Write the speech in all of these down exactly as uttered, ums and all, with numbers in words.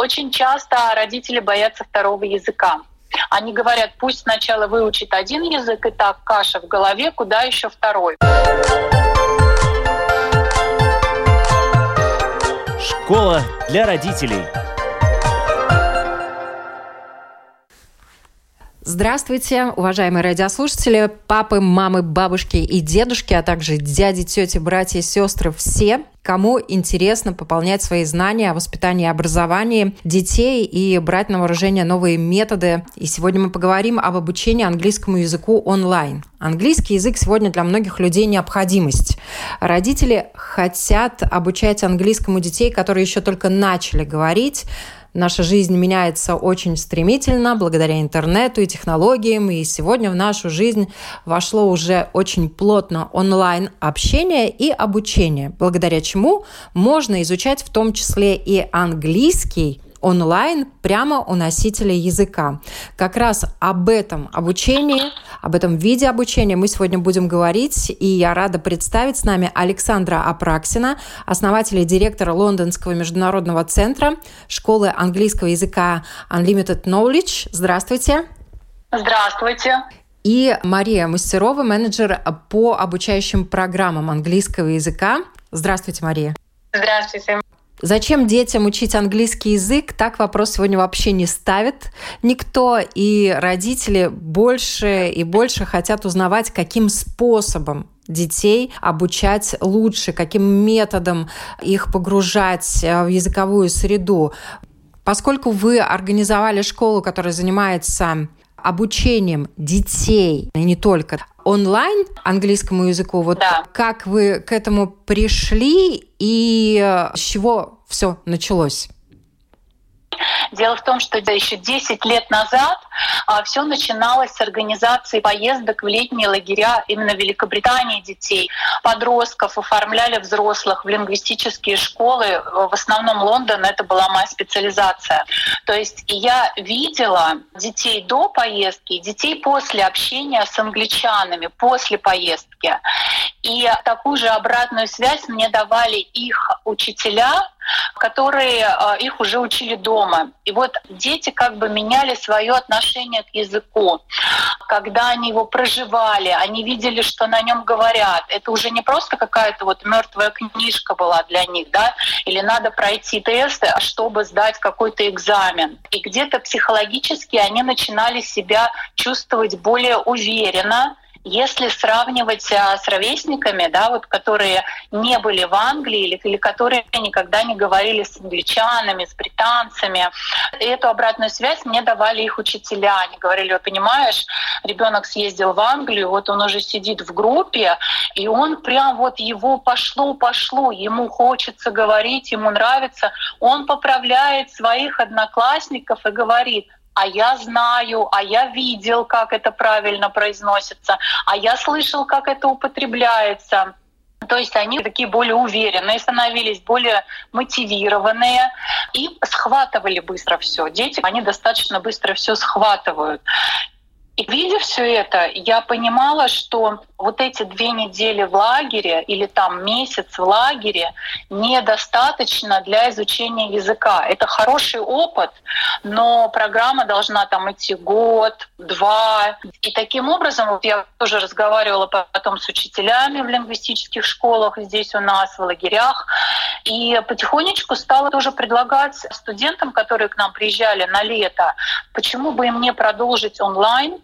очень часто родители боятся второго языка. Они говорят, пусть сначала выучит один язык, и так каша в голове, куда еще второй. Школа для родителей. Здравствуйте, уважаемые радиослушатели, папы, мамы, бабушки и дедушки, а также дяди, тети, братья, сестры, все, кому интересно пополнять свои знания о воспитании и образовании детей и брать на вооружение новые методы. И сегодня мы поговорим об обучении английскому языку онлайн. Английский язык сегодня для многих людей необходимость. Родители хотят обучать английскому детей, которые еще только начали говорить. Наша жизнь меняется очень стремительно благодаря интернету и технологиям, и сегодня в нашу жизнь вошло уже очень плотно онлайн-общение и обучение, благодаря чему можно изучать в том числе и английский онлайн прямо у носителя языка. Как раз об этом обучении, об этом виде обучения мы сегодня будем говорить, и я рада представить с нами Александра Апраксина, основателя и директора Лондонского международного центра школы английского языка Unlimited Knowledge. Здравствуйте. Здравствуйте. И Мария Мастерова, менеджер по обучающим программам английского языка. Здравствуйте, Мария. Здравствуйте. Зачем детям учить английский язык? Так вопрос сегодня вообще не ставит никто. И родители больше и больше хотят узнавать, каким способом детей обучать лучше, каким методом их погружать в языковую среду. Поскольку вы организовали школу, которая занимается обучением детей, и не только, онлайн английскому языку, вот да. Как вы к этому пришли и с чего все началось? Дело в том, что еще десять лет назад а, все начиналось с организации поездок в летние лагеря именно в Великобритании детей. Подростков оформляли взрослых в лингвистические школы. В основном Лондон — это была моя специализация. То есть я видела детей до поездки, детей после общения с англичанами, после поездки. И такую же обратную связь мне давали их учителя, которые их уже учили дома. И вот дети как бы меняли свое отношение к языку. Когда они его проживали, они видели, что на нем говорят. Это уже не просто какая-то вот мертвая книжка была для них, да, или надо пройти тесты, чтобы сдать какой-то экзамен. И где-то психологически они начинали себя чувствовать более уверенно. Если сравнивать а, с ровесниками, да, вот, которые не были в Англии или, или которые никогда не говорили с англичанами, с британцами, и эту обратную связь мне давали их учителя. Они говорили, вот, понимаешь, ребенок съездил в Англию, вот он уже сидит в группе, и он прям вот его пошло-пошло, ему хочется говорить, ему нравится, он поправляет своих одноклассников и говорит: а я знаю, а я видел, как это правильно произносится, а я слышал, как это употребляется. То есть они такие более уверенные становились, более мотивированные и схватывали быстро все. Дети, они достаточно быстро все схватывают. И видя все это, я понимала, что вот эти две недели в лагере или там месяц в лагере недостаточно для изучения языка. Это хороший опыт, но программа должна там идти год, два. И таким образом, вот я тоже разговаривала потом с учителями в лингвистических школах здесь у нас, в лагерях, и потихонечку стала тоже предлагать студентам, которые к нам приезжали на лето, почему бы им не продолжить онлайн,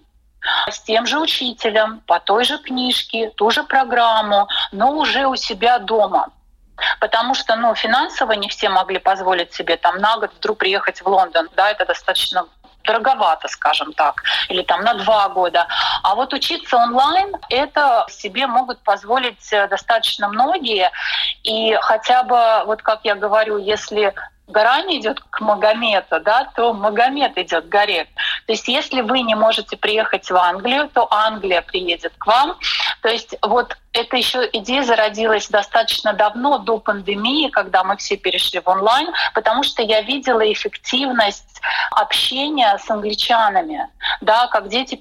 с тем же учителем, по той же книжке, ту же программу, но уже у себя дома. Потому что ну, финансово не все могли позволить себе там, на год вдруг приехать в Лондон. Да, это достаточно дороговато, скажем так, или там на два года. А вот учиться онлайн, это себе могут позволить достаточно многие. И хотя бы, вот как я говорю, если гора не идет к Магомету, да, то Магомет идет к горе. То есть если вы не можете приехать в Англию, то Англия приедет к вам. То есть вот эта еще идея зародилась достаточно давно, до пандемии, когда мы все перешли в онлайн, потому что я видела эффективность общения с англичанами, да, как дети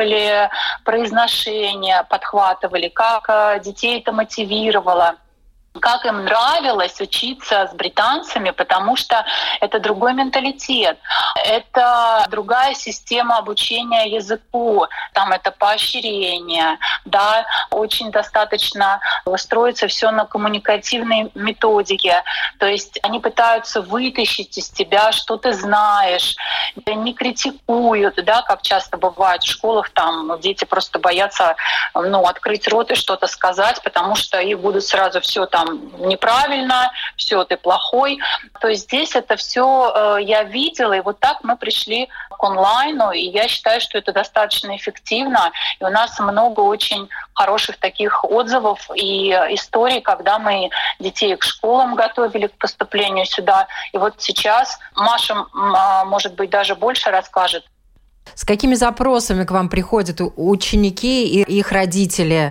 перехватывали произношение, подхватывали, как детей это мотивировало. как им нравилось учиться с британцами, потому что это другой менталитет, это другая система обучения языку, там это поощрение, да, очень достаточно строится все на коммуникативной методике, то есть они пытаются вытащить из тебя, что ты знаешь, не критикуют, да, как часто бывает в школах, там дети просто боятся, ну, открыть рот и что-то сказать, потому что их будут сразу все там неправильно, все ты плохой. То есть здесь это все э, я видела, и вот так мы пришли к онлайну, и я считаю, что это достаточно эффективно. И у нас много очень хороших таких отзывов и историй, когда мы детей к школам готовили к поступлению сюда. И вот сейчас Маша, э, может быть, даже больше расскажет. С какими запросами к вам приходят ученики и их родители?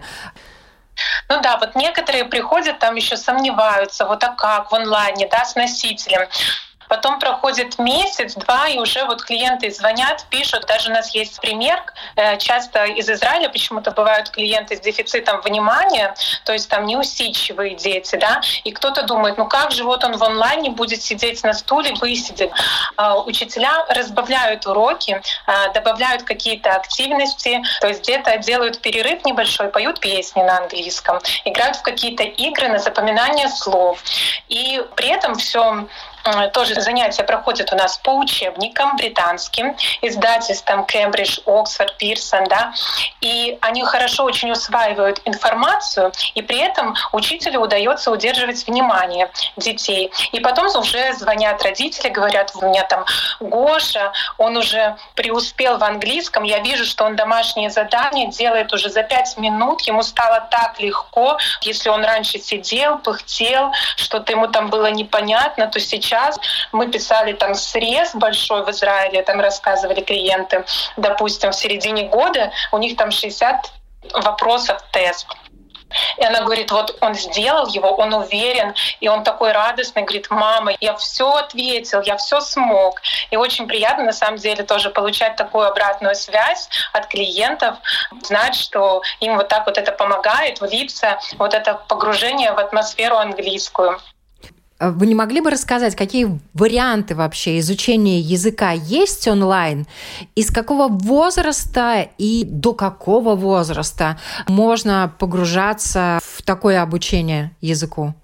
Ну да, вот некоторые приходят, там еще сомневаются, вот а как в онлайне, да, с носителем. Потом проходит месяц-два, и уже вот клиенты звонят, пишут. Даже у нас есть пример. Часто из Израиля почему-то бывают клиенты с дефицитом внимания, то есть там неусидчивые дети, да, и кто-то думает, ну как же вот он в онлайне будет сидеть на стуле, высидит. Учителя разбавляют уроки, добавляют какие-то активности, то есть где-то делают перерыв небольшой, поют песни на английском, играют в какие-то игры на запоминание слов. И при этом все тоже занятия проходят у нас по учебникам британским, издательствам Кембридж, Оксфорд, Пирсон, да, и они хорошо очень усваивают информацию, и при этом учителю удается удерживать внимание детей. И потом уже звонят родители, говорят, у меня там Гоша, он уже преуспел в английском, я вижу, что он домашние задания делает уже за пять минут, ему стало так легко, если он раньше сидел, пыхтел, что-то ему там было непонятно, то сейчас мы писали там срез большой в Израиле, там рассказывали клиенты, допустим, в середине года у них там шестьдесят вопросов тест. И она говорит, вот он сделал его, он уверен, и он такой радостный, говорит, мама, я все ответил, я все смог. И очень приятно, на самом деле, тоже получать такую обратную связь от клиентов, знать, что им вот так вот это помогает влиться, вот это погружение в атмосферу английскую. Вы не могли бы рассказать, какие варианты вообще изучения языка есть онлайн? Из какого возраста и до какого возраста можно погружаться в такое обучение языку?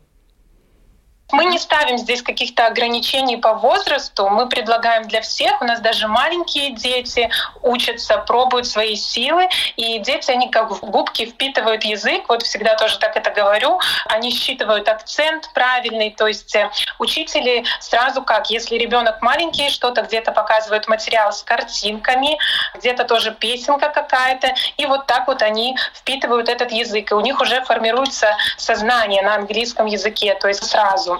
Мы не ставим здесь каких-то ограничений по возрасту. Мы предлагаем для всех. У нас даже маленькие дети учатся, пробуют свои силы. И дети, они как в губки впитывают язык. Вот всегда тоже так это говорю. Они считывают акцент правильный. То есть учители сразу как, если ребенок маленький, что-то где-то показывают материал с картинками, где-то тоже песенка какая-то. И вот так вот они впитывают этот язык. И у них уже формируется сознание на английском языке. То есть сразу.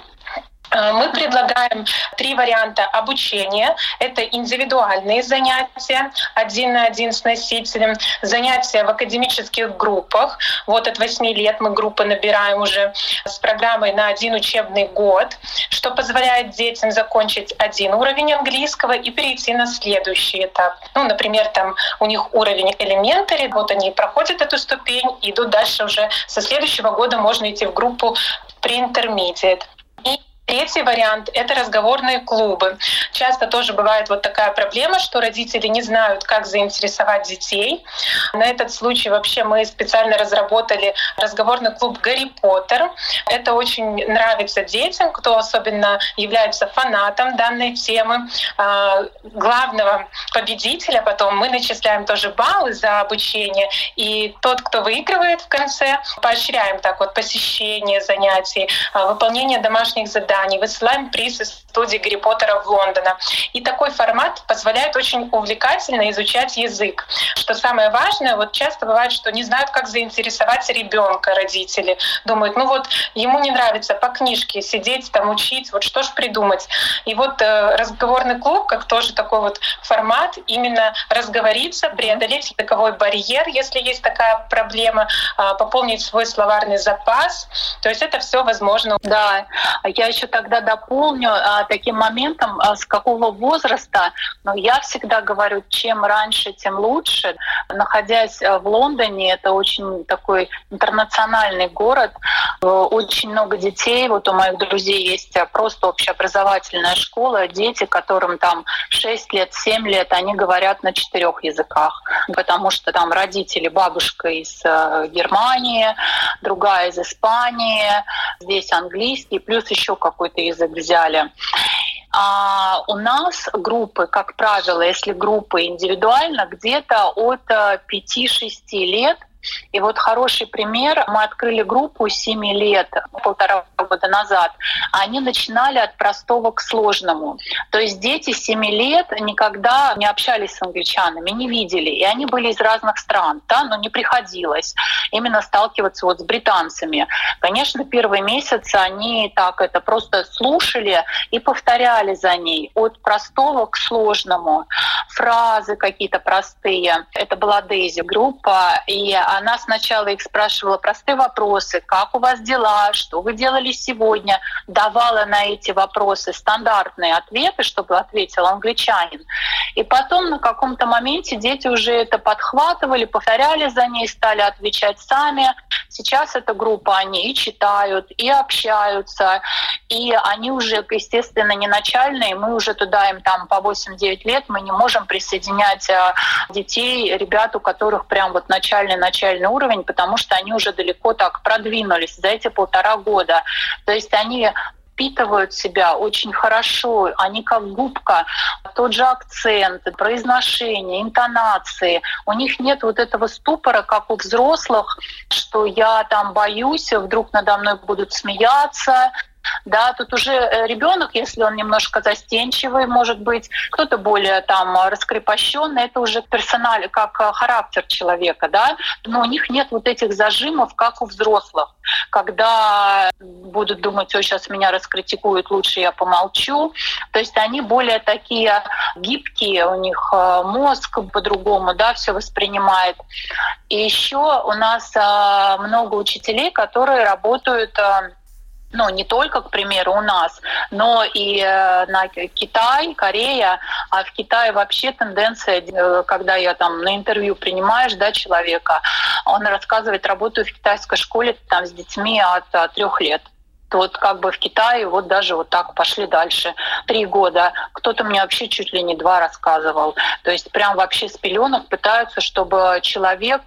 Мы предлагаем три варианта обучения. Это индивидуальные занятия, один на один с носителем, занятия в академических группах. Вот от восьми лет мы группы набираем уже с программой на один учебный год, что позволяет детям закончить один уровень английского и перейти на следующий этап. Ну, например, там у них уровень elementary, вот они проходят эту ступень, идут дальше уже со следующего года можно идти в группу pre-intermediate. И третий вариант — это разговорные клубы. Часто тоже бывает вот такая проблема, что родители не знают, как заинтересовать детей. На этот случай вообще мы специально разработали разговорный клуб «Гарри Поттер». Это очень нравится детям, кто особенно является фанатом данной темы. Главного победителя потом мы начисляем тоже баллы за обучение. И тот, кто выигрывает в конце, поощряем так вот посещение занятий, выполнение домашних заданий, высылаем приз из студии Гарри Поттера в Лондоне. И такой формат позволяет очень увлекательно изучать язык. Что самое важное, вот часто бывает, что не знают, как заинтересовать ребенка родители. Думают, ну вот ему не нравится по книжке сидеть, там учить, вот что ж придумать. И вот э, разговорный клуб, как тоже такой вот формат, именно разговориться, преодолеть языковой барьер, если есть такая проблема, э, пополнить свой словарный запас. То есть это все возможно. Да, я еще тогда дополню а, таким моментом, а, с какого возраста. Но я всегда говорю, чем раньше, тем лучше. Находясь в Лондоне, это очень такой интернациональный город, очень много детей. Вот у моих друзей есть просто общеобразовательная школа. Дети, которым там шесть лет, семь лет, они говорят на четырех языках, потому что там родители, бабушка из Германии, другая из Испании, здесь английский, плюс еще какой-то язык взяли. А у нас группы, как правило, если группы индивидуально, где-то от пяти-шести лет. И вот хороший пример. Мы открыли группу семи лет, полтора года назад. Они начинали от простого к сложному. То есть дети семи лет никогда не общались с англичанами, не видели. И они были из разных стран, да, но не приходилось именно сталкиваться вот с британцами. Конечно, первые месяцы они так это просто слушали и повторяли за ней от простого к сложному. Фразы какие-то простые. Это была Дейзи группа, и она сначала их спрашивала простые вопросы: как у вас дела, что вы делали сегодня, давала на эти вопросы стандартные ответы, чтобы ответил англичанин. И потом на каком-то моменте дети уже это подхватывали, повторяли за ней, стали отвечать сами. Сейчас эта группа, они и читают, и общаются, и они уже, естественно, не начальные, мы уже туда им там по восемь-девять лет, мы не можем присоединять детей, ребят, у которых прям вот начальный-начальный уровень, потому что они уже далеко так продвинулись за эти полтора года. То есть они впитывают себя очень хорошо, они как губка, тот же акцент, произношение, интонации. У них нет вот этого ступора, как у взрослых, что я там боюсь, вдруг надо мной будут смеяться. Да, тут уже ребенок, если он немножко застенчивый, может быть, кто-то более там раскрепощенный, это уже персонально, как характер человека, да, но у них нет вот этих зажимов, как у взрослых, когда будут думать: ой, сейчас меня раскритикуют, лучше я помолчу. То есть они более такие гибкие, у них мозг по-другому, да, все воспринимает. И еще у нас много учителей, которые работают, ну, не только, к примеру, у нас, но и э, на Китай, Корея. А в Китае вообще тенденция, э, когда я там на интервью принимаешь, да, человека, он рассказывает: работаю в китайской школе там с детьми от, от трех лет. Вот как бы в Китае вот даже вот так пошли дальше. Три года. Кто-то мне вообще чуть ли не два рассказывал. То есть прям вообще с пеленок пытаются, чтобы человек,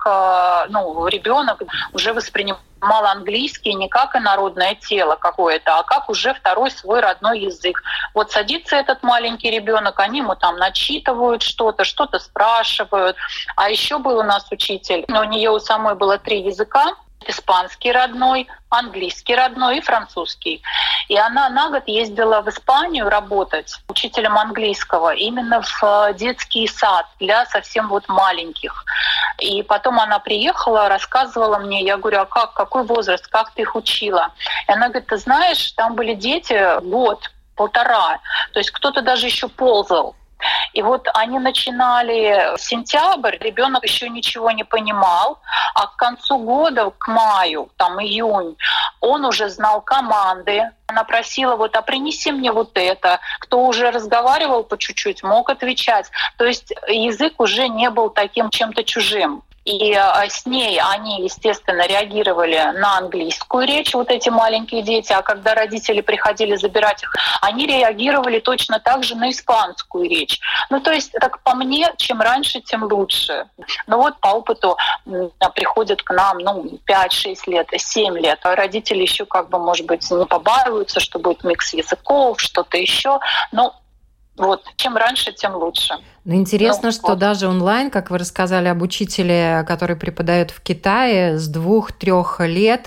ну, ребенок уже воспринимал английский не как инородное тело какое-то, а как уже второй свой родной язык. Вот садится этот маленький ребенок, они ему там начитывают что-то, что-то спрашивают. А еще был у нас учитель, у нее у самой было три языка: испанский родной, английский родной и французский. И она на год ездила в Испанию работать учителем английского именно в детский сад для совсем вот маленьких. И потом она приехала, рассказывала мне, я говорю: а как, какой возраст, как ты их учила? И она говорит: ты знаешь, там были дети год, полтора, то есть кто-то даже еще ползал. И вот они начинали сентябрь, ребенок еще ничего не понимал, а к концу года, к маю, там июнь, он уже знал команды. Она просила: вот, а принеси мне вот это. Кто уже разговаривал по чуть-чуть, мог отвечать. То есть язык уже не был таким чем-то чужим. И с ней они, естественно, реагировали на английскую речь, вот эти маленькие дети, а когда родители приходили забирать их, они реагировали точно так же на испанскую речь. Ну, то есть, так по мне, чем раньше, тем лучше. Но вот по опыту приходят к нам, ну, пять-шесть лет, семь лет, а родители еще как бы, может быть, не побаиваются, что будет микс языков, что-то еще, но вот, чем раньше, тем лучше. Ну, интересно, ну, что вот. Даже онлайн, как вы рассказали об учителе, который преподает в Китае, с двух-трех лет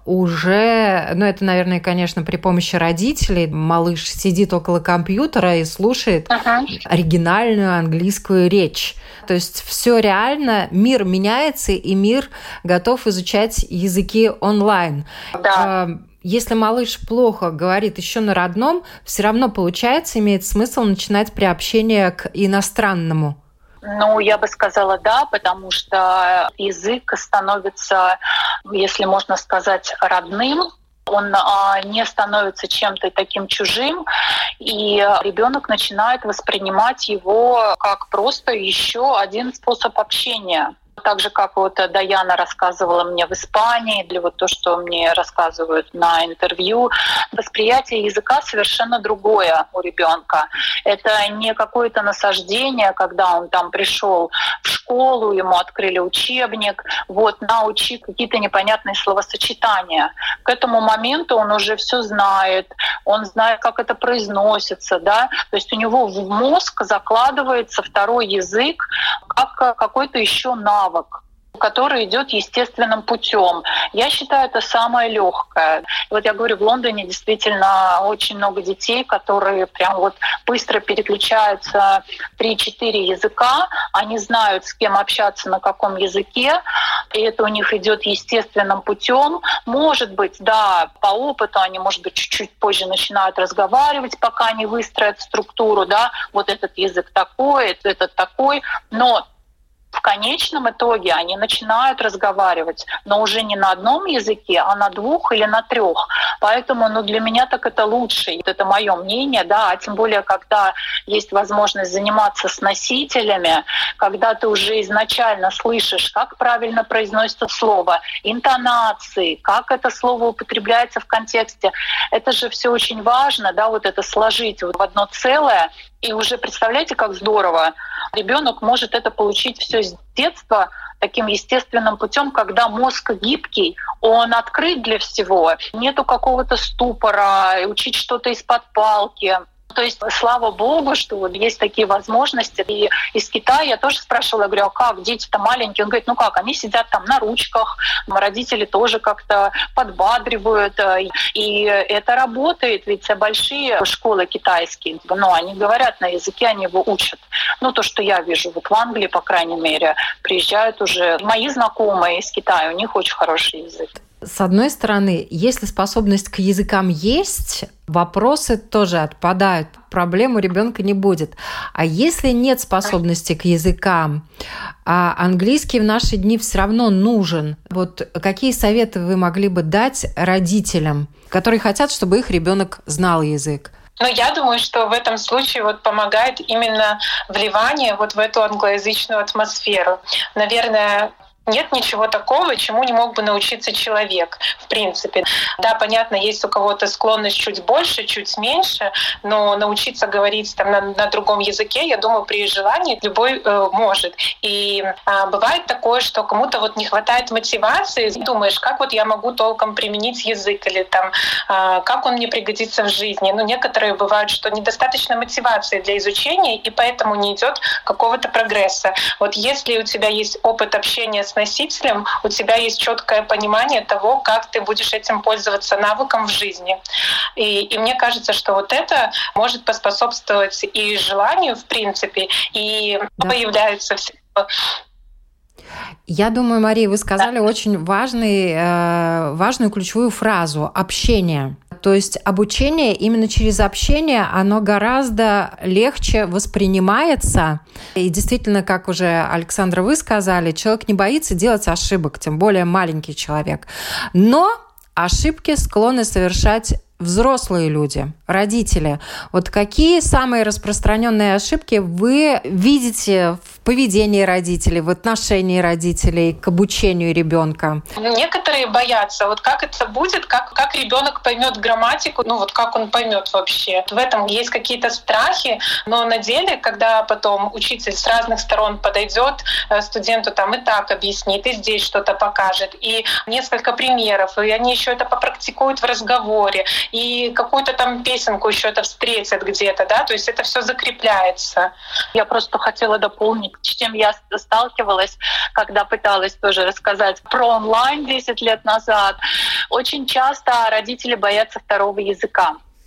уже, ну, это, наверное, конечно, при помощи родителей, малыш сидит около компьютера и слушает uh-huh. оригинальную английскую речь. То есть все реально, мир меняется, и мир готов изучать языки онлайн. Да. Если малыш плохо говорит еще на родном, все равно, получается, имеет смысл начинать приобщение к иностранному. Ну, я бы сказала, да, потому что язык становится, если можно сказать, родным. он не становится чем-то таким чужим, и ребенок начинает воспринимать его как просто еще один способ общения. Так же, как вот Даяна рассказывала мне в Испании, или вот то, что мне рассказывают на интервью, восприятие языка совершенно другое у ребенка. Это не какое-то насаждение, когда он там пришел в школу, ему открыли учебник, вот, научи какие-то непонятные словосочетания. К этому моменту он уже все знает, он знает, как это произносится, да, то есть у него в мозг закладывается второй язык как какой-то еще навык, который идет естественным путем. Я считаю, это самое легкое. Вот я говорю, в Лондоне действительно очень много детей, которые прям вот быстро переключаются три-четыре языка, они знают, с кем общаться, на каком языке, и это у них идет естественным путем. Может быть, да, по опыту они, может быть, чуть-чуть позже начинают разговаривать, пока они выстроят структуру, да, вот этот язык такой, этот такой, но в конечном итоге они начинают разговаривать, но уже не на одном языке, а на двух или на трех. Поэтому ну, для меня так это лучше. Это мое мнение, да, а тем более, когда есть возможность заниматься с носителями, когда ты уже изначально слышишь, как правильно произносится слово, интонации, как это слово употребляется в контексте. Это же все очень важно, да, вот это сложить в одно целое. И уже представляете, как здорово. Ребенок может это получить все с детства таким естественным путем, когда мозг гибкий, он открыт для всего. Нету какого-то ступора, учить что-то из-под палки. То есть, слава богу, что вот есть такие возможности. И из Китая я тоже спрашивала, я говорю, а как, дети-то маленькие? Он говорит, ну как, они сидят там на ручках, родители тоже как-то подбадривают. И это работает, ведь большие школы китайские, ну, они говорят на языке, они его учат. Ну, то, что я вижу, вот в Англии, по крайней мере, приезжают уже мои знакомые из Китая, у них очень хороший язык. С одной стороны, если способность к языкам есть, вопросы тоже отпадают, проблем у ребенка не будет. А если нет способности к языкам, а английский в наши дни все равно нужен, вот какие советы вы могли бы дать родителям, которые хотят, чтобы их ребенок знал язык? Но я думаю, что в этом случае вот помогает именно вливание вот в эту англоязычную атмосферу. Наверное, нет ничего такого, чему не мог бы научиться человек, в принципе. Да, понятно, есть у кого-то склонность чуть больше, чуть меньше, но научиться говорить там, на, на другом языке, я думаю, при желании любой э, может. И а, бывает такое, что кому-то вот не хватает мотивации, думаешь, как вот я могу толком применить язык, или там, а, как он мне пригодится в жизни. Ну, некоторые бывают, что недостаточно мотивации для изучения, и поэтому не идет какого-то прогресса. Вот если у тебя есть опыт общения с носителем, у тебя есть четкое понимание того, как ты будешь этим пользоваться навыком в жизни. И, и мне кажется, что вот это может поспособствовать и желанию, в принципе, и да. появляются все. Я думаю, Мария, вы сказали да. очень важный, э, важную ключевую фразу — общение. То есть обучение именно через общение, оно гораздо легче воспринимается. И действительно, как уже, Александра, вы сказали, человек не боится делать ошибок, тем более маленький человек. Но ошибки склонны совершать взрослые люди, родители. Вот какие самые распространенные ошибки вы видите в поведении родителей, в отношении родителей к обучению ребенка? Некоторые боятся, вот как это будет, как, как ребенок поймет грамматику, ну вот как он поймет вообще. В этом есть какие-то страхи, но на деле, когда потом учитель с разных сторон подойдет, студенту там и так объяснит, и здесь что-то покажет, и несколько примеров, и они еще это попрактикуют в разговоре, и какую-то там песенку еще это встретят где-то, да, то есть это все закрепляется. Я просто хотела дополнить, с чем я сталкивалась, когда пыталась тоже рассказать про онлайн десять лет назад. Очень часто родители боятся второго языка.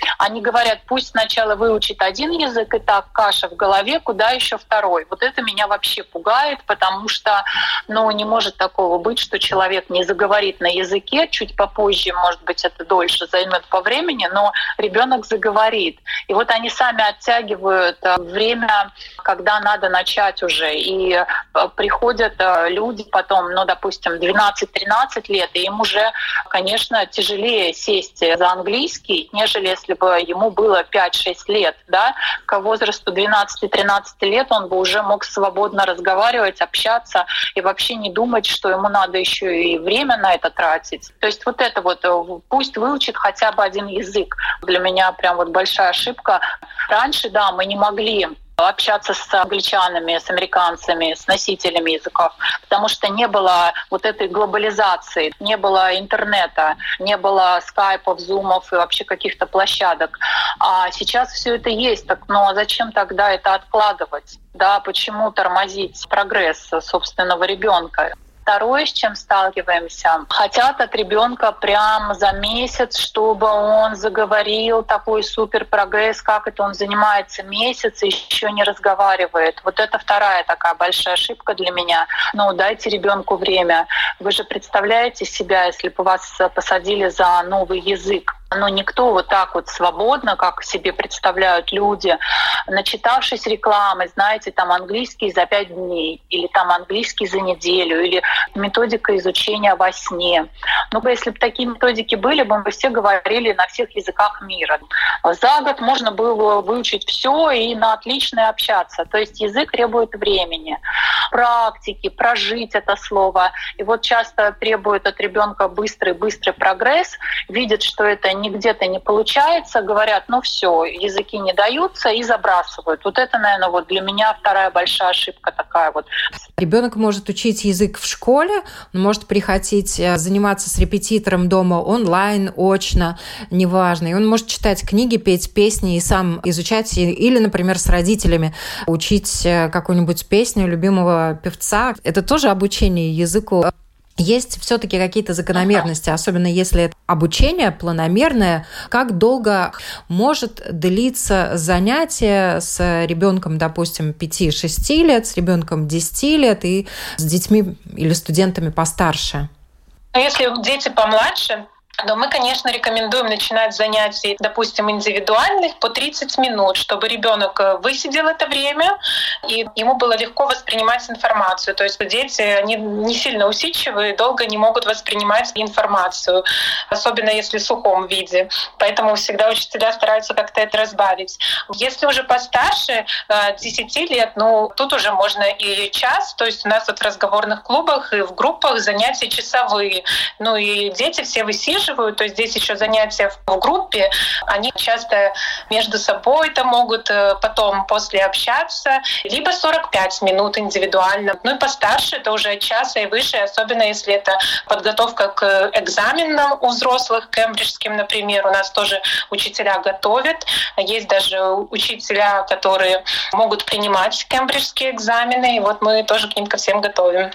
Они говорят, пусть сначала выучит один язык, и так каша в голове, куда еще второй. Вот это меня вообще пугает, потому что ну, не может такого быть, что человек не заговорит на языке, чуть попозже, может быть, это дольше займет по времени, но ребенок заговорит. И вот они сами оттягивают время, когда надо начать уже. И приходят люди потом, ну, допустим, двенадцать-тринадцать лет, и им уже, конечно, тяжелее сесть за английский, нежели если бы ему было пять-шесть лет. Да? К возрасту двенадцати-тринадцати лет он бы уже мог свободно разговаривать, общаться и вообще не думать, что ему надо еще и время на это тратить. То есть вот это вот, пусть выучит хотя бы один язык. Для меня прям вот большая ошибка. Раньше, да, мы не могли общаться с англичанами, с американцами, с носителями языков, потому что не было вот этой глобализации, не было интернета, не было скайпов, зумов и вообще каких-то площадок. А сейчас все это есть, так, ну а зачем тогда это откладывать? Да, почему тормозить прогресс собственного ребенка? Второе, с чем сталкиваемся, хотят от ребенка прям за месяц, чтобы он заговорил такой супер прогресс, как это он занимается месяц и еще не разговаривает. Вот это вторая такая большая ошибка для меня. Ну, дайте ребенку время. Вы же представляете себя, если бы вас посадили за новый язык. Но никто вот так вот свободно, как себе представляют люди, начитавшись рекламы, знаете, там английский за пять дней, или там английский за неделю, или методика изучения во сне. Ну, если бы такие методики были, бы мы все говорили на всех языках мира. За год можно было выучить все и на отлично общаться. То есть язык требует времени, практики, прожить это слово. И вот часто требует от ребенка быстрый-быстрый прогресс, видят, что это не где-то не получается, говорят, ну все, языки не даются и забрасывают. Вот это, наверное, вот для меня вторая большая ошибка такая вот. Ребенок может учить язык в школе, он может приходить заниматься с репетитором дома онлайн, очно, неважно. И он может читать книги, петь песни и сам изучать, или, например, с родителями учить какую-нибудь песню любимого певца. Это тоже обучение языку. Есть все-таки какие-то закономерности, особенно если это обучение планомерное. Как долго может длиться занятие с ребенком, допустим, пяти-шести лет, с ребенком десяти лет и с детьми или студентами постарше? Если дети помладше, но мы, конечно, рекомендуем начинать занятия, допустим, индивидуальных по тридцать минут, чтобы ребенок высидел это время, и ему было легко воспринимать информацию. То есть дети, они не сильно усидчивые, долго не могут воспринимать информацию, особенно если в сухом виде. Поэтому всегда учителя стараются как-то это разбавить. Если уже постарше, десяти лет, ну, тут уже можно и час. То есть у нас вот в разговорных клубах и в группах занятия часовые. Ну и дети все высиживают. То есть здесь еще занятия в группе, они часто между собой-то могут потом после общаться, либо сорок пять минут индивидуально. Ну и постарше это уже час и выше, особенно если это подготовка к экзаменам у взрослых, кембриджским, например. У нас тоже учителя готовят. Есть даже учителя, которые могут принимать кембриджские экзамены, и вот мы тоже к ним ко всем готовим.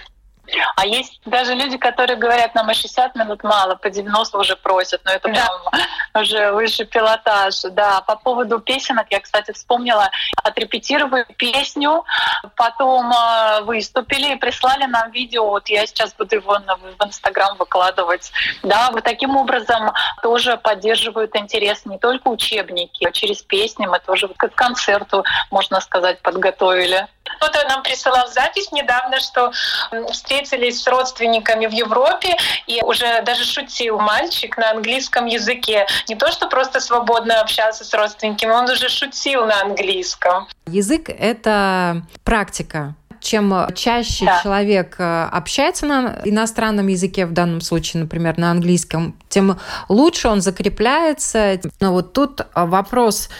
А есть даже люди, которые говорят, нам и шестьдесят минут мало, по девяносто уже просят, но это да. прям уже выше пилотаж. Да, по поводу песенок я, кстати, вспомнила, отрепетировали песню, потом выступили и прислали нам видео, вот я сейчас буду его в Инстаграм выкладывать. Да, вот таким образом тоже поддерживают интерес не только учебники, а через песни мы тоже к концерту, можно сказать, подготовили. Кто-то нам присылал запись недавно, что встретились с родственниками в Европе, и уже даже шутил мальчик на английском языке. Не то, что просто свободно общался с родственниками, он уже шутил на английском. Язык — это практика. Чем чаще да. человек общается на иностранном языке, в данном случае, например, на английском, тем лучше он закрепляется. Но вот тут вопрос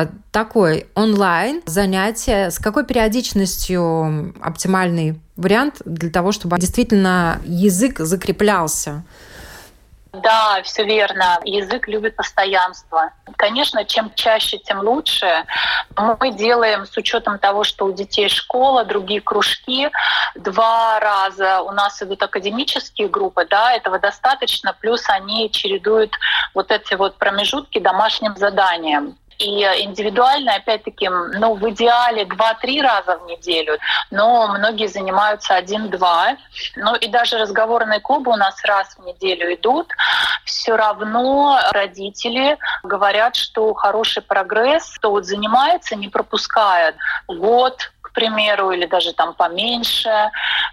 такой: онлайн занятия, с какой периодичностью оптимальный вариант для того, чтобы действительно язык закреплялся? Да, все верно. Язык любит постоянство. Конечно, чем чаще, тем лучше. Мы делаем с учетом того, что у детей школа, другие кружки. Два раза у нас идут академические группы, да, этого достаточно. Плюс они чередуют вот эти вот промежутки домашним заданием. И индивидуально, опять-таки, ну, в идеале два-три раза в неделю, но многие занимаются один-два. Ну и даже разговорные клубы у нас раз в неделю идут. Все равно родители говорят, что хороший прогресс, кто вот занимается, не пропускает год, к примеру, или даже там поменьше,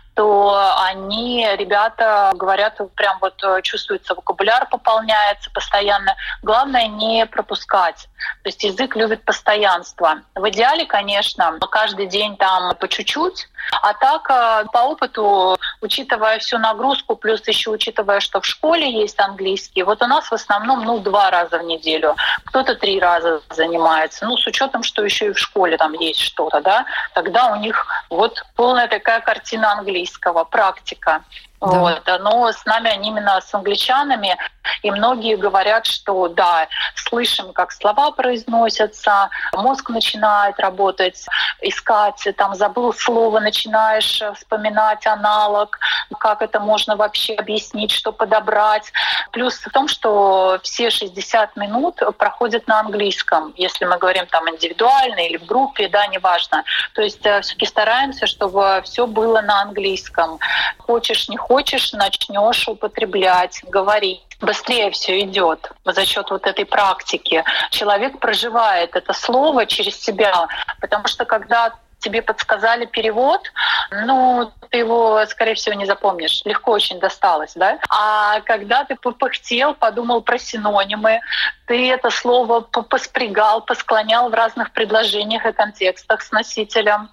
то они, ребята, говорят, прям вот чувствуется, вокабуляр пополняется постоянно. Главное не пропускать. То есть язык любит постоянство. В идеале, конечно, каждый день там по чуть-чуть, а так по опыту, учитывая всю нагрузку, плюс еще учитывая, что в школе есть английский, вот у нас в основном ну, два раза в неделю, кто-то три раза занимается. Ну, с учетом, что еще и в школе там есть что-то, да, тогда у них вот полная такая картина английского, практика. Да. Вот. Но с нами они именно с англичанами, и многие говорят, что да, слышим, как слова произносятся, мозг начинает работать, искать, там забыл слово, начинаешь вспоминать аналог, как это можно вообще объяснить, что подобрать. Плюс в том, что все шестьдесят минут проходят на английском, если мы говорим там индивидуально или в группе, да, неважно. То есть все-таки стараемся, чтобы все было на английском. Хочешь, не хочешь, Хочешь, начнешь употреблять, говорить. Быстрее все идет за счет вот этой практики. Человек проживает это слово через себя, потому что когда тебе подсказали перевод, ну, ты его, скорее всего, не запомнишь. Легко очень досталось, да? А когда ты попыхтел, подумал про синонимы, ты это слово поспрягал, посклонял в разных предложениях и контекстах с носителем,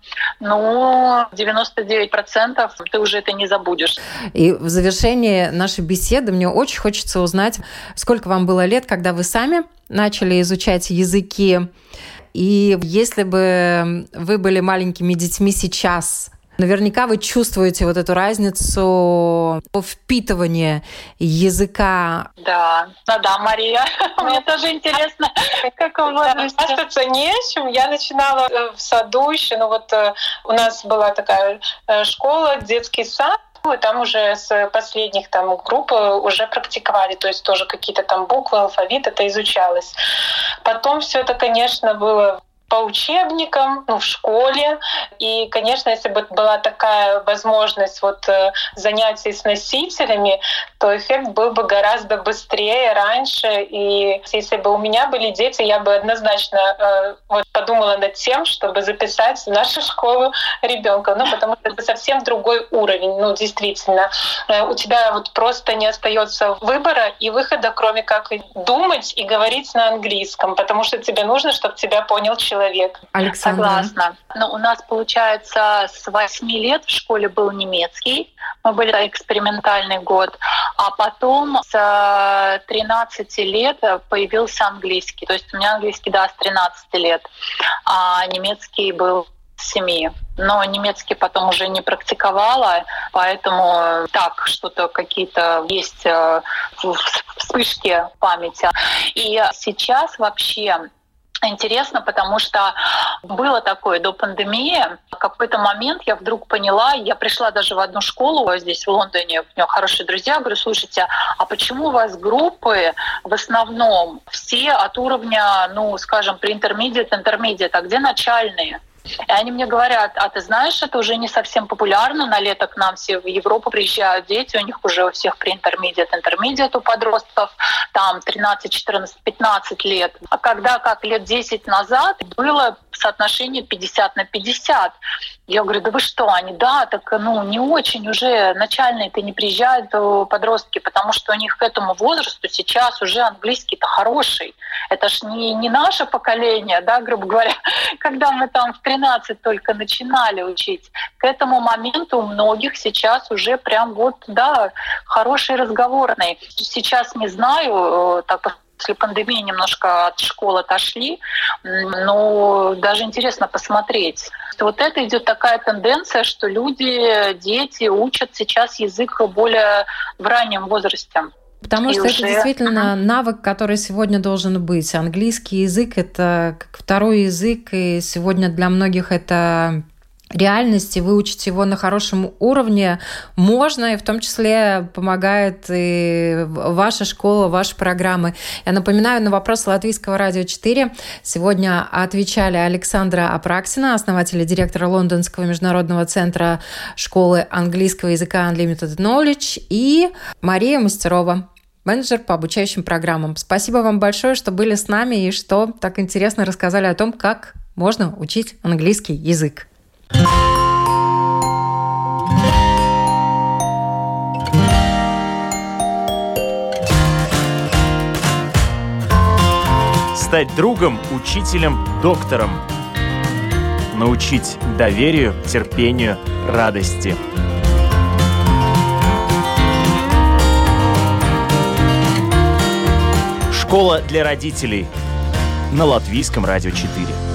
ну, девяносто девять процентов ты уже это не забудешь. И в завершении нашей беседы мне очень хочется узнать, сколько вам было лет, когда вы сами начали изучать языки. И если бы вы были маленькими детьми сейчас, наверняка вы чувствуете вот эту разницу впитывания языка. Да, ну да, Мария, мне тоже интересно, как у вас. Остаться не с чем. Я начинала в саду еще, ну вот у нас была такая школа, детский сад, и там уже с последних там групп уже практиковали, то есть тоже какие-то там буквы, алфавит, это изучалось. Потом все это, конечно, было по учебникам, ну, в школе. И, конечно, если бы была такая возможность вот занятий с носителями, то эффект был бы гораздо быстрее, раньше. И если бы у меня были дети, я бы однозначно э, вот, подумала над тем, чтобы записать в нашу школу ребенка. Ну, потому что это совсем другой уровень. Ну, действительно. Э, у тебя вот просто не остается выбора и выхода, кроме как думать и говорить на английском, потому что тебе нужно, чтобы тебя понял человек. Человек. Александра. Согласна. Но у нас, получается, с восьми лет в школе был немецкий. Мы были экспериментальный год. А потом с тринадцати лет появился английский. То есть у меня английский, да, с тринадцати лет. А немецкий был с семи. Но немецкий потом уже не практиковала, поэтому так, что-то какие-то есть вспышки памяти. И сейчас вообще интересно, потому что было такое до пандемии. В какой-то момент я вдруг поняла, я пришла даже в одну школу здесь, в Лондоне, у меня хорошие друзья, говорю, слушайте, а почему у вас группы в основном все от уровня, ну, скажем, pre-intermediate, intermediate, а где начальные? И они мне говорят, а ты знаешь, это уже не совсем популярно, на лето к нам все в Европу приезжают дети, у них уже у всех pre-intermediate, intermediate у подростков, там тринадцать, четырнадцать, пятнадцать лет. А когда, как лет десять назад, было соотношение пятьдесят на пятьдесят. Я говорю, да вы что? Они, да, так ну не очень уже начальные-то не приезжают подростки, потому что у них к этому возрасту сейчас уже английский-то хороший. Это ж не, не наше поколение, да, грубо говоря, когда мы там в тринадцать только начинали учить. К этому моменту у многих сейчас уже прям вот, да, хороший разговорный. Сейчас не знаю, так после пандемии немножко от школы отошли, но даже интересно посмотреть. Вот это идет такая тенденция, что люди, дети учат сейчас язык более в раннем возрасте. Потому и что уже... это действительно навык, который сегодня должен быть. Английский язык – это как второй язык, и сегодня для многих это реальность, и выучить его на хорошем уровне можно, и в том числе помогает и ваша школа, ваши программы. Я напоминаю, на вопрос Латвийского радио четыре сегодня отвечали Александра Апраксина, основатель и директор Лондонского международного центра школы английского языка Unlimited Knowledge, и Мария Мастерова, менеджер по обучающим программам. Спасибо вам большое, что были с нами и что так интересно рассказали о том, как можно учить английский язык. Стать другом, учителем, доктором. Научить доверию, терпению, радости. Школа для родителей на Латвийском радио четыре.